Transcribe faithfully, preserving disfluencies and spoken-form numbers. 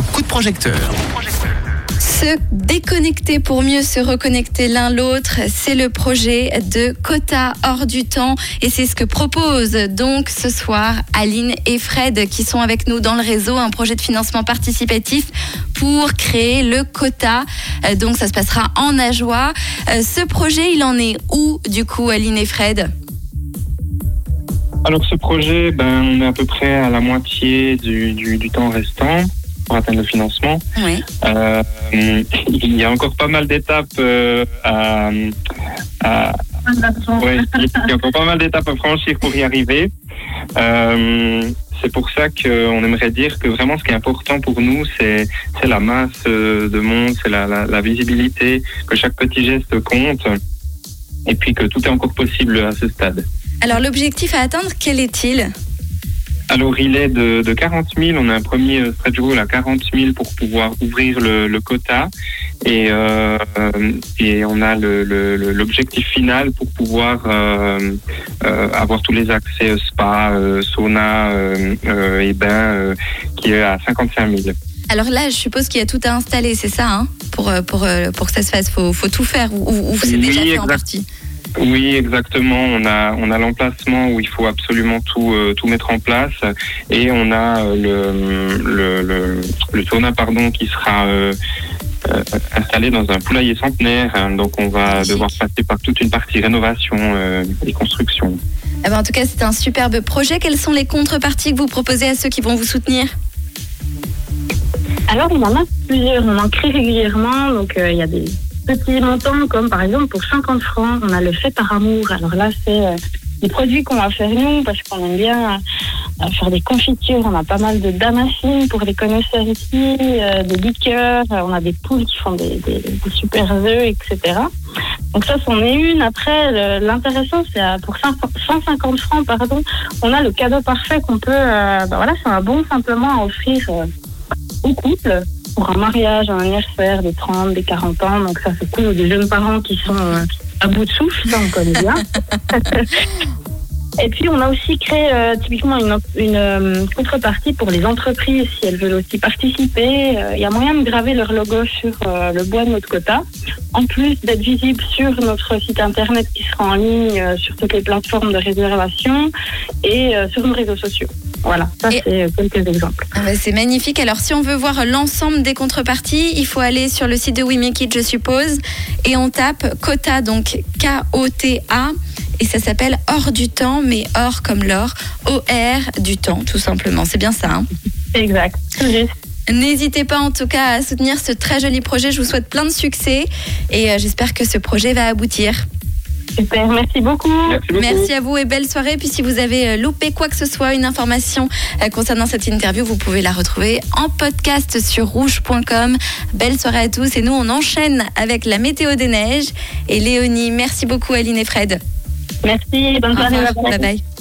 coup de projecteur. Se déconnecter pour mieux se reconnecter l'un l'autre, c'est le projet de Quota hors du temps et c'est ce que proposent donc ce soir Aline et Fred qui sont avec nous dans le réseau, un projet de financement participatif pour créer le Quota. Donc ça se passera en Ajoie. Ce projet, il en est où du coup, Aline et Fred ? Alors ce projet, ben, on est à peu près à la moitié du, du, du temps restant pour atteindre le financement. Oui. Euh, il y a encore pas mal d'étapes euh, à, à ouais, il y a encore pas mal d'étapes à franchir pour y arriver. Euh, c'est pour ça qu'on aimerait dire que vraiment ce qui est important pour nous, c'est, c'est la masse de monde, c'est la, la, la visibilité, que chaque petit geste compte et puis que tout est encore possible à ce stade. Alors l'objectif à atteindre, quel est-il ? Alors il est de, de quarante mille, on a un premier stretch goal à quarante mille pour pouvoir ouvrir le, le quota et, euh, et on a le, le, l'objectif final pour pouvoir euh, euh, avoir tous les accès spa, euh, sauna euh, euh, et bain euh, qui est à cinquante-cinq mille. Alors là, je suppose qu'il y a tout à installer, c'est ça, hein, pour, pour, pour que ça se fasse, faut, faut tout faire ou, ou c'est oui, déjà fait exact. en partie ? Oui, exactement. On a on a l'emplacement où il faut absolument tout euh, tout mettre en place et on a le le le, le sauna pardon qui sera euh, euh, installé dans un poulailler centenaire. Donc on va Magique. devoir passer par toute une partie rénovation euh, et construction. Eh ben, en tout cas, c'est un superbe projet. Quelles sont les contreparties que vous proposez à ceux qui vont vous soutenir ? Alors il y en a plusieurs. On en crée régulièrement. Donc il euh, y a des petits montants, comme par exemple pour cinquante francs, on a le fait par amour. Alors là, c'est euh, des produits qu'on va faire nous, parce qu'on aime bien euh, faire des confitures. On a pas mal de damascines pour les connaisseurs ici, euh, des liqueurs, euh, on a des poules qui font des, des, des super œufs, et cetera. Donc ça, c'en est une. Après, le, l'intéressant, c'est euh, pour cent cinquante francs, pardon, on a le cadeau parfait qu'on peut... Euh, bah voilà, c'est un bon simplement à offrir euh, au couple. Pour un mariage, un anniversaire, des trente, des quarante ans. Donc ça, c'est cool. Des jeunes parents qui sont euh, à bout de souffle, ça, on connaît bien. Et puis, on a aussi créé euh, typiquement une, une euh, contrepartie pour les entreprises, si elles veulent aussi participer. Il euh, y a moyen de graver leur logo sur euh, le bois de notre quota, en plus d'être visible sur notre site internet qui sera en ligne euh, sur toutes les plateformes de réservation et euh, sur nos réseaux sociaux. Voilà, ça et c'est quelques exemples. Ah bah c'est magnifique. Alors si on veut voir l'ensemble des contreparties, il faut aller sur le site de We Make It, je suppose, et on tape Quota, donc K O T A, et ça s'appelle Hors du temps, mais hors comme l'or, O R du temps, tout simplement. C'est bien ça, hein ? Exact, tout juste. N'hésitez pas en tout cas à soutenir ce très joli projet. Je vous souhaite plein de succès et euh, j'espère que ce projet va aboutir. Super, merci beaucoup. Merci beaucoup. Merci à vous et belle soirée. Puis si vous avez loupé quoi que ce soit, une information concernant cette interview, vous pouvez la retrouver en podcast sur rouge point com. Belle soirée à tous et nous on enchaîne avec la météo des neiges. Et Léonie, merci beaucoup Aline et Fred. Merci, bonne soirée. Bye bye.